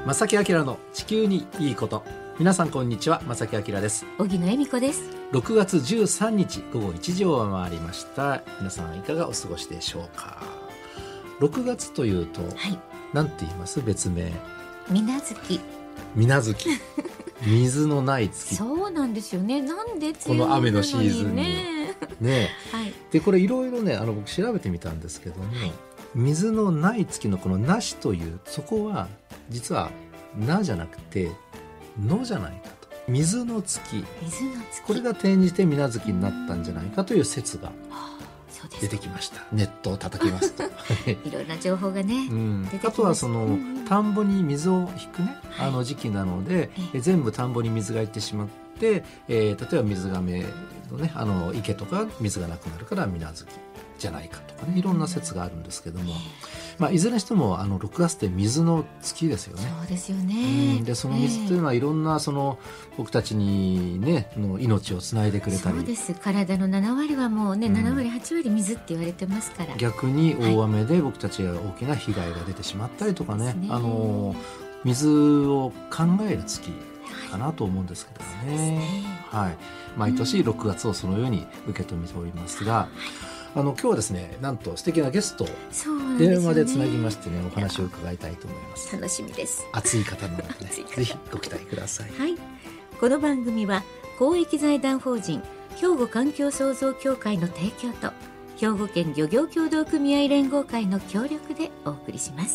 正木明の地球にいいこと。皆さんこんにちは、正木明です。 荻野恵美子です。 6月13日午後1時を回りました。皆さんいかがお過ごしでしょうか。6月というと、なんて言います？別名水無月。 水無月水のない月。 そうなんですよね。なんでこの雨のシーズンにね、でこれいろいろね、僕調べてみたんですけども、水のない月のこのなしという、そこは実はなじゃなくてのじゃないかと。水の月、これが転じて水無月になったんじゃないかという説が出てきました。ネットを叩きますといろんな情報がね、出てきます。 あとはその、田んぼに水を引くね、時期なので、全部田んぼに水がいってしまって、例えば水がめのね、池とか水がなくなるから水無月じゃないかとかね、いろんな説があるんですけども、いずれにしても6月って水の月ですよね。 そうですよね。 でその水というのはいろんなその僕たちにねの命をつないでくれたり、 そうです。体の7割はもうね、7割8割水って言われてますから、 逆に大雨で僕たちが大きな被害が出てしまったりとかね、水を考える月かなと思うんですけどね。毎年6月をそのように受け止めておりますが、今日はですね、なんと素敵なゲストを電話でつなぎましてね、お話を伺いたいと思います。 楽しみです。 熱い方なので、ぜひご期待ください。 この番組は公益財団法人兵庫環境創造協会の提供と兵庫県漁業協同組合連合会の協力でお送りします。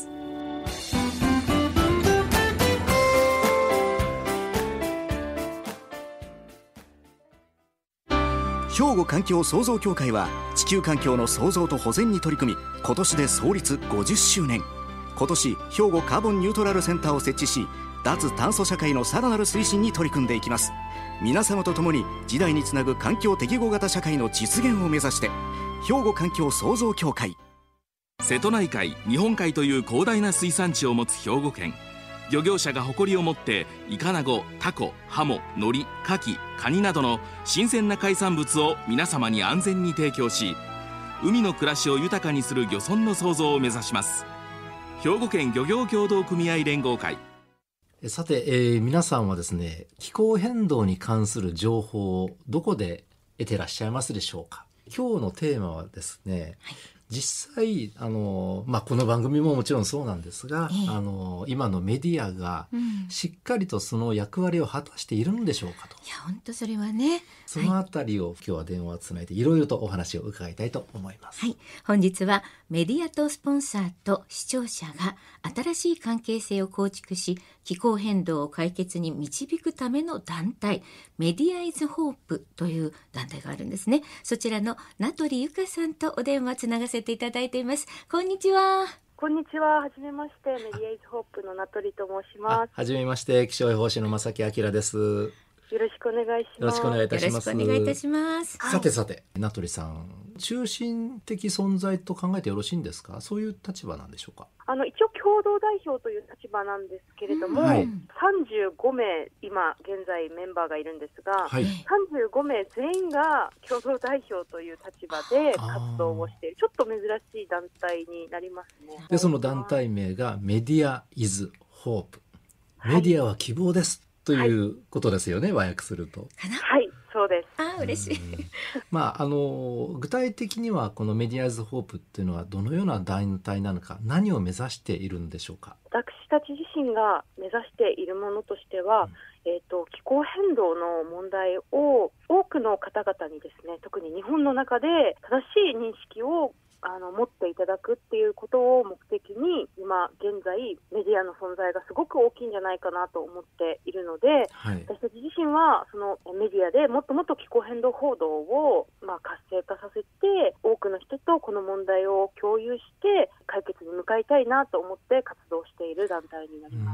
兵庫環境創造協会は地球環境の創造と保全に取り組み、今年で創立50周年。今年兵庫カーボンニュートラルセンターを設置し、脱炭素社会のさらなる推進に取り組んでいきます。皆様と共に時代につなぐ環境適合型社会の実現を目指して、兵庫環境創造協会。 瀬戸内海、日本海という広大な水産地を持つ兵庫県。漁業者が誇りを持ってイカナゴ、タコ、ハモ、ノリ、カキ、カニなどの新鮮な海産物を皆様に安全に提供し、海の暮らしを豊かにする漁村の創造を目指します。兵庫県漁業協同組合連合会。 さて、皆さんはですね、気候変動に関する情報をどこで得てらっしゃいますでしょうか。今日のテーマはですね、実際この番組ももちろんそうなんですが、今のメディアがしっかりとその役割を果たしているんでしょうかと。 いや本当それはね、 そのあたりを今日は電話をつないでいろいろとお話を伺いたいと思います。 本日はメディアとスポンサーと視聴者が新しい関係性を構築し、気候変動を解決に導くための団体、メディアイズホープという団体があるんですね。そちらの名取由香さんとお電話つながせていただいています。こんにちは。 こんにちは。はじめまして。メディアイズホープの名取と申します。 はじめまして。気象予報士の正木明です。 よろしくお願いします。 よろしくお願いいたします。 よろしくお願いいたします。 さて、名取さん、中心的存在と考えてよろしいんですか。そういう立場なんでしょうか。 一応共同代表という立場なんですけれども、35名今現在メンバーがいるんですが、35名全員が共同代表という立場で活動をしている、ちょっと珍しい団体になりますね。 でその団体名がメディアイズホープ、メディアは希望ですということですよね、和訳すると。 そうです。 嬉しい。 具体的にはこのメディアイズホープっていうのはどのような団体なのか、何を目指しているんでしょうか。 私たち自身が目指しているものとしては、気候変動の問題を多くの方々にですね、特に日本の中で正しい認識を持っていただくっていうことを目的に、今現在メディアの存在がすごく大きいんじゃないかなと思っているので、私たち自身はそのメディアでもっともっと気候変動報道を活性化させて、多くの人とこの問題を共有して解決に向かいたいなと思って活動している団体になります。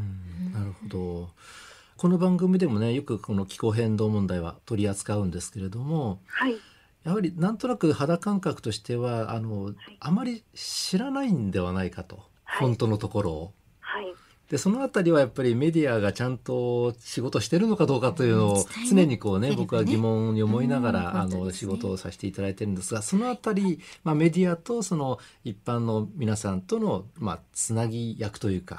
なるほど。この番組でもね、よくこの気候変動問題は取り扱うんですけれども、やはりなんとなく肌感覚としてはあまり知らないんではないかと、本当のところを。でそのあたりはやっぱりメディアがちゃんと仕事してるのかどうかというのを常に僕は疑問に思いながら仕事をさせていただいてるんですが、そのあたり、メディアとその一般の皆さんとのつなぎ役というか、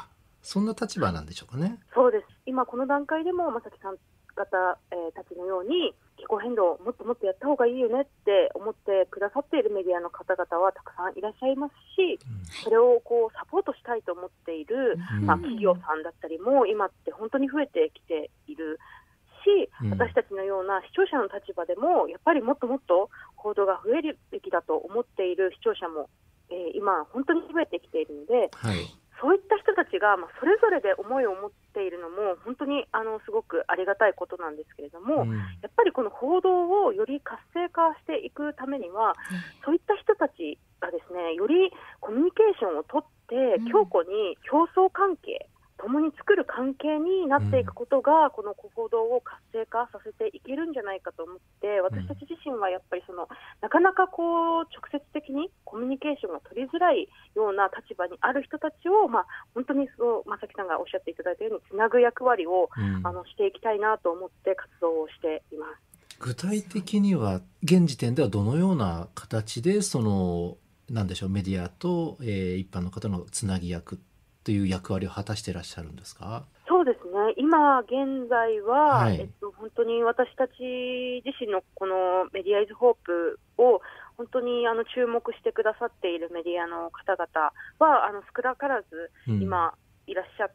そんな立場なんでしょうかね。 そうです。今この段階でも正木さん方、たちのように気候変動をもっともっとやった方がいいよねって思ってくださっているメディアの方々はたくさんいらっしゃいますし、それをこうサポートしたいと思っている、企業さんだったりも今って本当に増えてきているし、私たちのような視聴者の立場でもやっぱりもっともっと報道が増えるべきだと思っている視聴者も、今本当に増えてきているので、そういった人たちが、それぞれで思いを持っているのも本当にすごくありがたいことなんですけれども、やっぱりこの報道をより活性化していくためには、そういった人たちがですね、よりコミュニケーションをとって強固に競争関係、共に作る関係になっていくことが、この報道を活性化させていけるんじゃないかと思って、私たち自身はやっぱりなかなか直接的にコミュニケーションが取りづらいような立場にある人たちを、本当に正木さんがおっしゃっていただいたようにつなぐ役割を、していきたいなと思って活動をしています。 具体的には現時点ではどのような形でなんでしょう、メディアと、一般の方のつなぎ役という役割を果たしていらっしゃるんですか？ そうですね、今現在は、本当に私たち自身のこのメディアイズホープを本当に注目してくださっているメディアの方々は少なからず今いらっしゃって、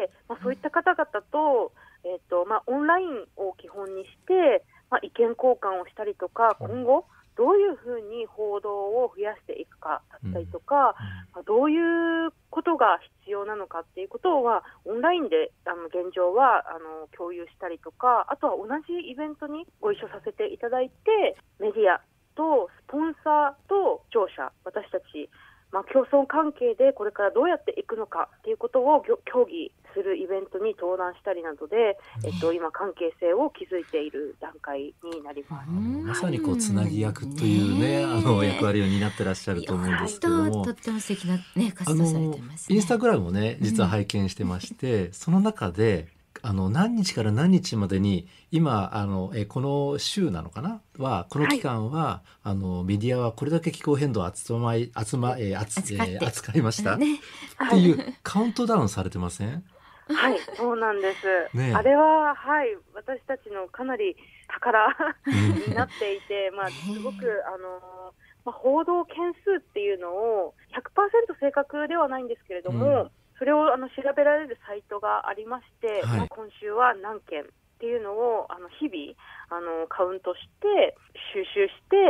そういった方々と、オンラインを基本にして、意見交換をしたりとか、今後どういうふうに報道を増やしていくかだったりとか、どういうことが必要なのかっていうことはオンラインで現状は共有したりとか、あとは同じイベントにご一緒させていただいて、メディアとスポンサーと視聴者、私たち、競争関係でこれからどうやっていくのかっていうことを協議するイベントに登壇したりなどで、今関係性を築いている段階になります。 まさにつなぎ役というね、役割を担ってらっしゃると思うんですけども、 とっても素敵な、活動されてますね。 インスタグラムもね実は拝見してまして、その中で何日から何日までに今この週なのかなはこの期間は、メディアはこれだけ気候変動を扱いました、っていうカウントダウンされてません？ はい、そうなんです、あれは、私たちのかなり宝になっていて、すごく報道件数っていうのを 100% 正確ではないんですけれども、それを調べられるサイトがありまして、今週は何件っていうのを日々カウントして収集して、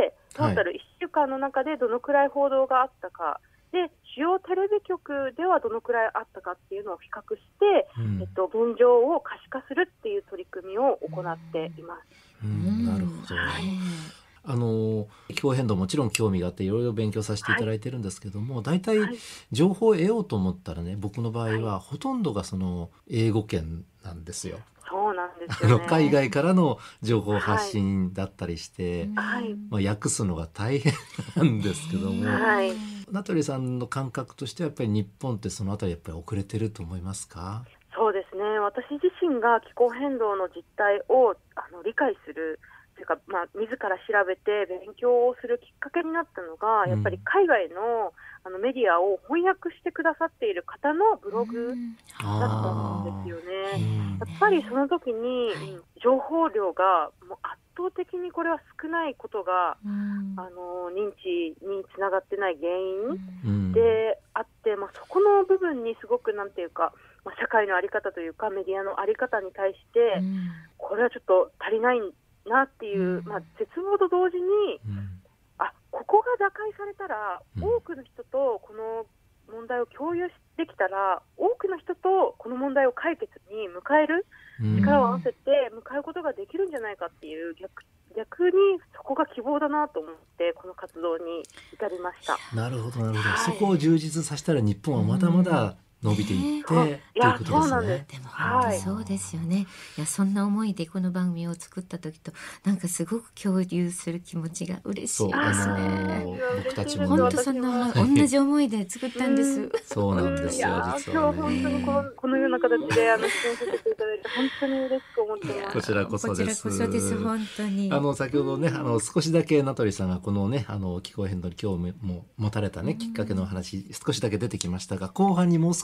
トータル1週間の中でどのくらい報道があったかで、主要テレビ局ではどのくらいあったかっていうのを比較して、現状を可視化するっていう取り組みを行っています。 なるほど、気候変動もちろん興味があっていろいろ勉強させていただいてるんですけども、大体情報を得ようと思ったらね、僕の場合はほとんどが英語圏なんですよ。 そうなんですよね。 海外からの情報発信だったりして、訳すのが大変なんですけども、名取さんの感覚としてはやっぱり日本ってそのあたりやっぱり遅れてると思いますか？ そうですね、私自身が気候変動の実態を理解するというか、自ら調べて勉強をするきっかけになったのが、やっぱり海外のメディアを翻訳してくださっている方のブログだったんですよね。やっぱりその時に情報量がもう圧倒的にこれは少ないことが、認知につながってない原因であって、そこの部分にすごくなんていうか、社会の在り方というかメディアの在り方に対して、これはちょっと足りないなっていう、絶望と同時に、ここが打開されたら、多くの人とこの問題を共有できたら、多くの人とこの問題を解決に向かえる、力を合わせて向かうことができるんじゃないかっていう、逆にそこが希望だなと思ってこの活動に至りました。 なるほどなるほど、そこを充実させたら日本はまだまだ伸びていって、ということですね。 そうなんです。 でも本当そうですよね。そんな思いでこの番組を作った時となんかすごく共有する気持ちが嬉しいですね。 僕たちも本当そんな同じ思いで作ったんです。 そうなんですよ。実は今日本当にこのような形で出演させていただいて本当に嬉しく思ってます。 こちらこそです。 こちらこそです本当に。 先ほどね少しだけ名取さんがこのね気候変動に興味も持たれたねきっかけの話少しだけ出てきましたが、後半にもう少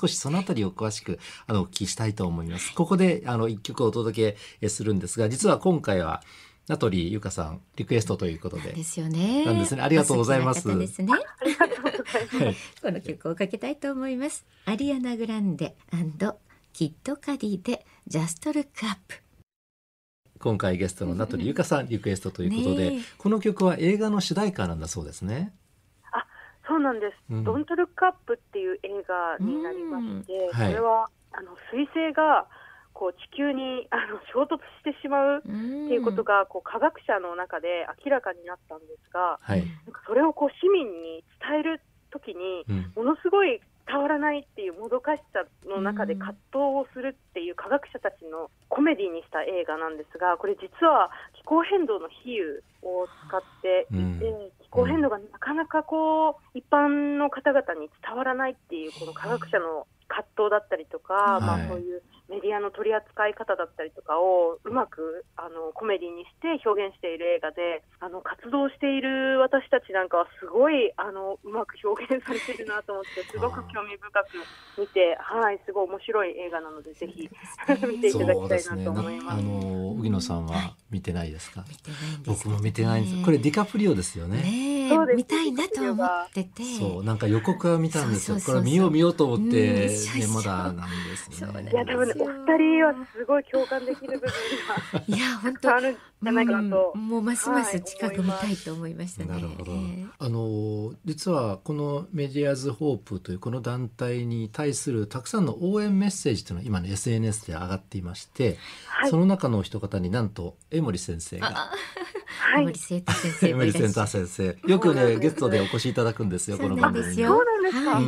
少しそのあたりを詳しくお聞きしたいと思います。ここで一曲お届けするんですが、実は今回は名取由香さんリクエストということでですよね。 なんですね。ありがとうございます。 ですね、 ありがとうございます。 この曲をかけたいと思います。アリアナ・グランデ&キッド・カディでジャスト・ルック・アップ。 今回ゲストの名取由香さんリクエストということで、この曲は映画の主題歌なんだそうですね。 そうなんです。ドントルックアップっていう映画になりまして、これは彗星が地球に衝突してしまうっていうことが科学者の中で明らかになったんですが、なんかそれを市民に伝えるときに、ものすごい伝わらないっていうもどかしさの中で葛藤をするっていう科学者たちのコメディにした映画なんですが、これ実は気候変動の比喩を使っていて、気候変動がなかなか一般の方々に伝わらないっていうこの科学者の葛藤だったりとか、そういうメディアの取り扱い方だったりとかをうまくコメディにして表現している映画で、活動している私たちなんかはすごいうまく表現されてるなと思って、すごく興味深く見て、すごい面白い映画なのでぜひ見ていただきたいなと思います。 荻野さんは見てないですか？ 見てないんです。 僕も見てないんです。これディカプリオですよね。 そうです。 見たいなと思ってて、 なんか予告は見たんですよ。これ見ようと思って、まだなんですね。 いや多分ね、お二人はすごい共感できる部分がいや本当あるんじゃないかなと、 もうますます近く見たいと思いましたね。 なるほど。実はこのメディアズホープというこの団体に対するたくさんの応援メッセージというのは今の SNS で上がっていまして、その中の一方になんと江森先生が江森聖太先生江森聖太先生、よくねゲストでお越しいただくんですよ、この番組に。 そうなんですか。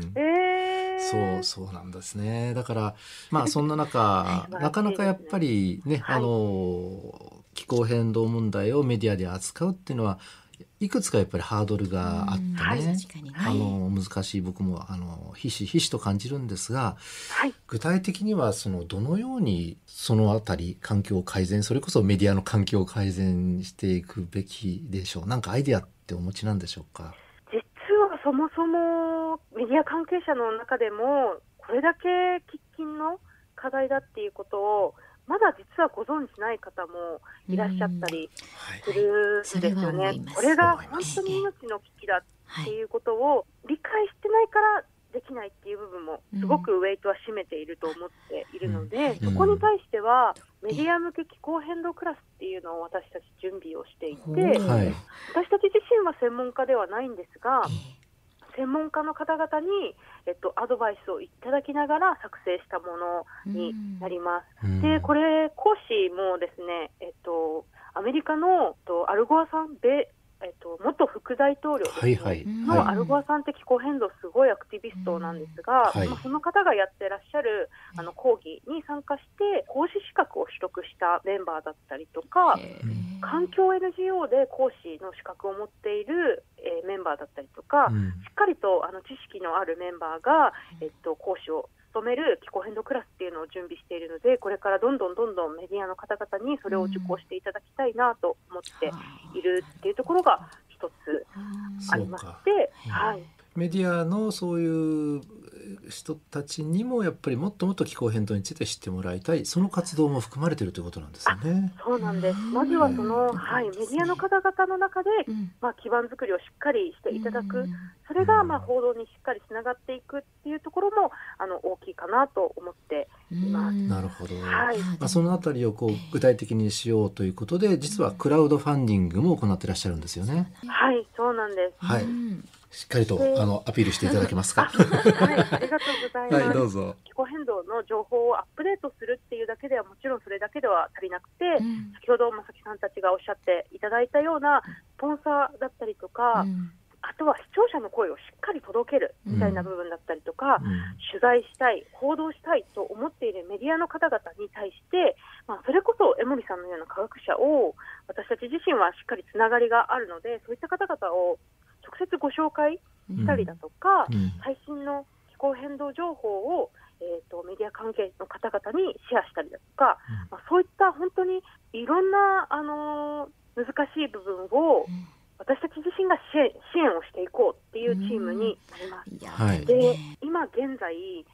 そうなんですね。だからそんな中なかなかやっぱりね、気候変動問題をメディアで扱うっていうのはいくつかやっぱりハードルがあってね、難しい、僕もひしひしと感じるんですが、具体的にはどのようにそのあたり環境を改善、それこそメディアの環境を改善していくべきでしょう。なんかアイデアってお持ちなんでしょうか？ 実はそもそもメディア関係者の中でもこれだけ喫緊の課題だっていうことをまだ実はご存じない方もいらっしゃったりするんですよね。これが本当に命の危機だっていうことを理解してないからできないっていう部分もすごくウェイトは占めていると思っているので、そこに対してはメディア向け気候変動クラスっていうのを私たち準備をしていて、私たち自身は専門家ではないんですが、専門家の方々に、アドバイスをいただきながら作成したものになります。で、これ講師もですね、アメリカのアルゴアさんで、元副大統領のアルゴアさんって気候変動すごいアクティビストなんですが、その方がやってらっしゃる講義に参加して講師資格を取得したメンバーだったりとか、環境 NGO で講師の資格を持っている、メンバーだったりとか、しっかりと知識のあるメンバーが、講師を務める気候変動クラスっていうのを準備しているので、これからどんどんメディアの方々にそれを受講していただきたいなと思っているっていうところが一つありまして、 メディアのそういう人たちにもやっぱりもっともっと気候変動について知ってもらいたい、その活動も含まれているということなんですよね。 そうなんです。まずはメディアの方々の中で、基盤作りをしっかりしていただく、それが報道にしっかりつながっていくっていうところも大きいかなと思っています。 なるほど。そのあたりを具体的にしようということで、実はクラウドファンディングも行っていらっしゃるんですよね。 はい、そうなんです。 しっかりとアピールしていただけますか？ ありがとうございます。 どうぞ。 気候変動の情報をアップデートするっていうだけではもちろんそれだけでは足りなくて、先ほど正木さんたちがおっしゃっていただいたようなスポンサーだったりとか、あとは視聴者の声をしっかり届けるみたいな部分だったりとか、取材したい、報道したいと思っているメディアの方々に対して、それこそ江森さんのような科学者を私たち自身はしっかりつながりがあるので、そういった方々を直接ご紹介したりだとか、最新の気候変動情報を、メディア関係の方々にシェアしたりだとか、そういった本当にいろんな難しい部分を私たち自身が支援をしていこうっていうチームになります。で、今現在実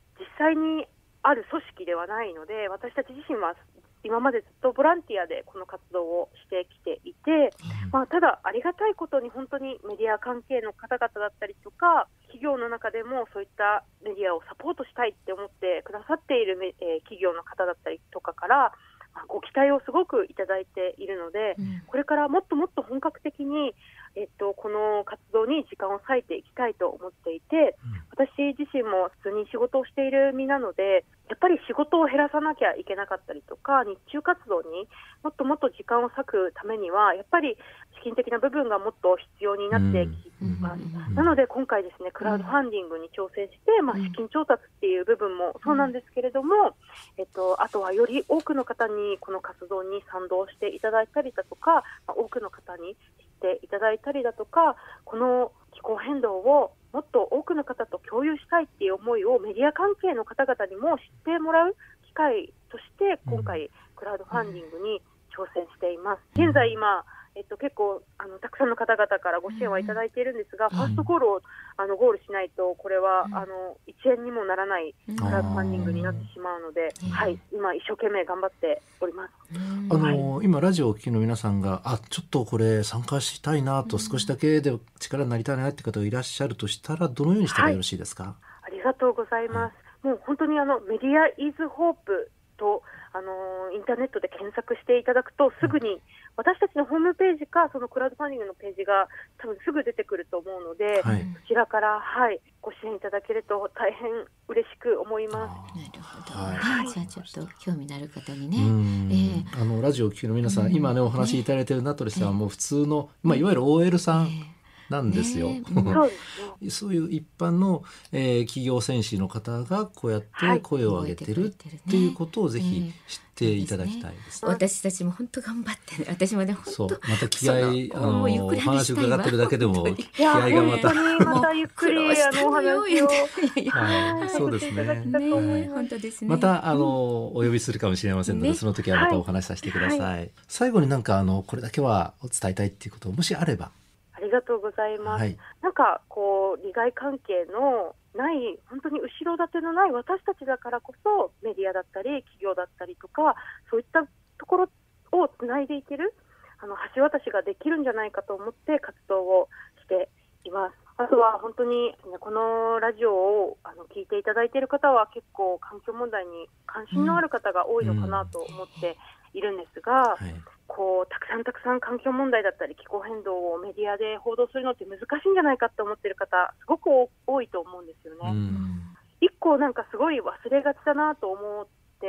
体にある組織ではないので、私たち自身は今までずっとボランティアでこの活動をしてきていて、ただありがたいことに本当にメディア関係の方々だったりとか、企業の中でもそういったメディアをサポートしたいって思ってくださっている企業の方だったりとかからご期待をすごくいただいているので、これからもっともっと本格的に、この活動に時間を割いていきたいと思っていて、私自身も普通に仕事をしている身なので、やっぱり仕事を減らさなきゃいけなかったりとか、日中活動にもっともっと時間を割くためにはやっぱり資金的な部分がもっと必要になってきます。なので今回ですね、クラウドファンディングに挑戦して、資金調達っていう部分もそうなんですけれども、あとはより多くの方にこの活動に賛同していただいたりだとか、多くの方に知っていただいたりだとか、この気候変動をもっと多くの方と共有したいっていう思いをメディア関係の方々にも知ってもらう機会として今回クラウドファンディングに挑戦しています。現在今結構たくさんの方々からご支援はいただいているんですが、ファーストゴールをゴールしないとこれは1円にもならないクラウドファンディングになってしまうので、今一生懸命頑張っております。 今ラジオをお聞きの皆さんがちょっとこれ参加したいなと、少しだけで力になりたいなって方がいらっしゃるとしたら、どのようにしたらよろしいですか？ ありがとうございます。もう本当にメディアイズホープとインターネットで検索していただくと、すぐに私たちのホームページかそのクラウドファンディングのページが多分すぐ出てくると思うので、そちらから、ご支援いただけると大変嬉しく思います。 なるほど、じゃあちょっと興味のある方にね、 ラジオを聴きの皆さん、今ねお話しいただいている名取さんはもう普通の、いわゆる OL さんなんですよ。そういう一般の、企業戦士の方がこうやって声を上げてるっていうことをぜひ知っていただきたいです。 私たちも本当頑張ってね、私もね本当また気合お話伺ってるだけでも気合がまたゆっくりお話をそうですね。 本当ですね。 またお呼びするかもしれませんので、その時はまたお話しさせてください。最後になんかこれだけは伝えたいっていうこともしあれば。 ありがとうございます。なんか利害関係のない本当に後ろ盾のない私たちだからこそ、メディアだったり企業だったりとか、そういったところをつないでいける橋渡しができるんじゃないかと思って活動をしています。あとは本当にこのラジオを聞いていただいている方は結構環境問題に関心のある方が多いのかなと思っているんですが、たくさん環境問題だったり気候変動をメディアで報道するのって難しいんじゃないかって思っている方すごく多いと思うんですよね。一個なんかすごい忘れがちだなと思って、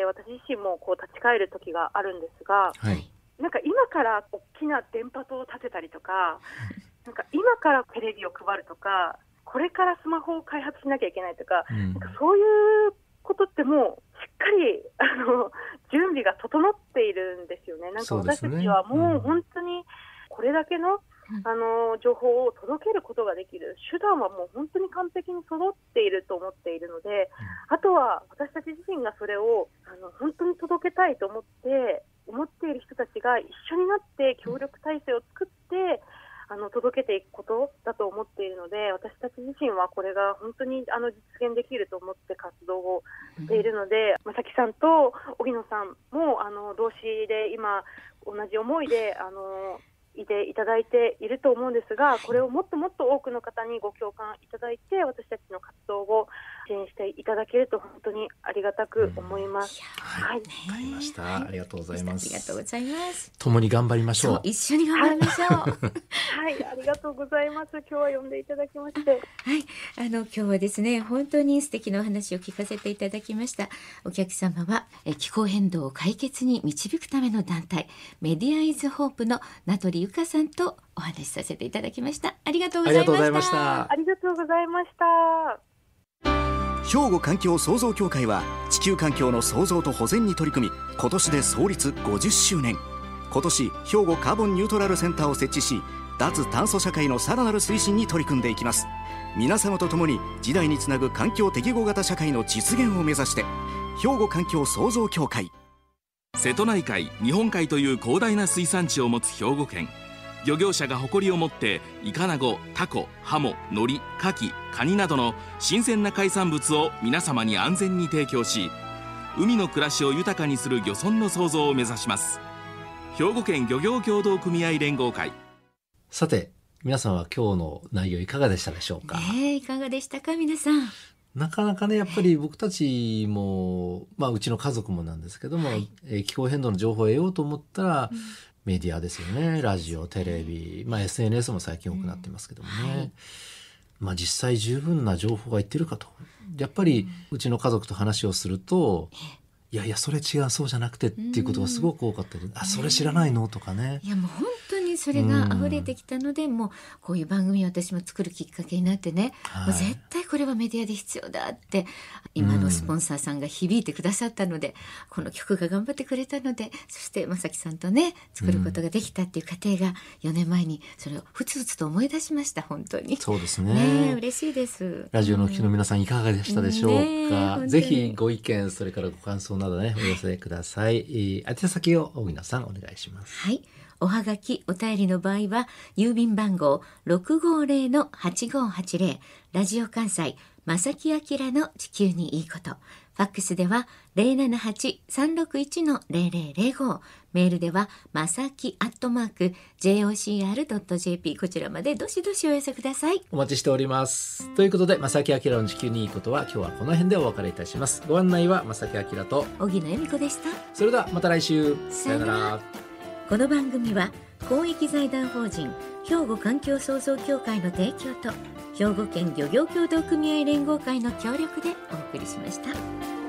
私自身も立ち返る時があるんですが、なんか今から大きな電波塔を立てたりとか、なんか今からテレビを配るとか、これからスマホを開発しなきゃいけないとか、なんかそういうことってもうしっかり準備が整っているんですよね。なんか私たちはもう本当にこれだけの情報を届けることができる手段はもう本当に完璧に揃っていると思っているので、あとは私たち自身がそれを本当に届けたいと思っている人たちが一緒になって協力体制を作って届けていくことだと思っているので、私たち自身はこれが本当に実現できると思って活動をしているので、正木さんと荻野さんも同志で今同じ思いでいていただいていると思うんですが、これをもっともっと多くの方にご共感いただいて、私たちの活動を支援していただけると本当にありがたく思います。 わかりました。ありがとうございます。 ありがとうございます。 共に頑張りましょう。 一緒に頑張りましょう。 ありがとうございます。今日は呼んでいただきまして、 今日はですね、本当に素敵なお話を聞かせていただきました。お客様は気候変動を解決に導くための団体メディアイズホープの名取由香さんとお話しさせていただきました。ありがとうございました。 ありがとうございました。 兵庫環境創造協会は地球環境の創造と保全に取り組み、今年で創立50周年。今年兵庫カーボンニュートラルセンターを設置し、脱炭素社会のさらなる推進に取り組んでいきます。皆様と共に時代につなぐ環境適合型社会の実現を目指して、兵庫環境創造協会。 瀬戸内海、日本海という広大な水産地を持つ兵庫県。 漁業者が誇りを持ってイカナゴ、タコ、ハモ、ノリ、カキ、カニなどの新鮮な海産物を皆様に安全に提供し、海の暮らしを豊かにする漁村の創造を目指します。兵庫県漁業協同組合連合会。 さて、皆さんは今日の内容いかがでしたでしょうか。 いかがでしたか皆さん。 なかなかね、やっぱり僕たちも、うちの家族もなんですけども、気候変動の情報を得ようと思ったら、メディアですよね。ラジオ、テレビ、SNS も最近多くなってますけどもね。実際十分な情報がいってるかと。やっぱりうちの家族と話をすると、いやそれ違う、そうじゃなくてっていうことがすごく多かったり、それ知らないのとかね。 いやもう本当にそれが溢れてきたので、もうこういう番組を私も作るきっかけになってね、もう絶対これはメディアで必要だって今のスポンサーさんが響いてくださったので、この曲が頑張ってくれたので、そして正木さんとね作ることができたっていう過程が4年前にそれをふつふつと思い出しました。本当にそうですね。 嬉しいです。 ラジオの聴きの皆さんいかがでしたでしょうか。ぜひご意見、それからご感想などねお寄せください。宛先を荻野さんお願いします。 はい、おはがきお便りの場合は郵便番号 650-8580 ラジオ関西正木明の地球にいいこと、ファックスでは 078-361-0005、メールではまさき@jocr.jp、 こちらまでどしどしお寄せください。 お待ちしております。ということで、正木明の地球にいいことは今日はこの辺でお別れいたします。ご案内は正木明と荻野恵美子でした。 それではまた来週。さよなら。 この番組は公益財団法人兵庫環境創造協会の提供と兵庫県漁業協同組合連合会の協力でお送りしました。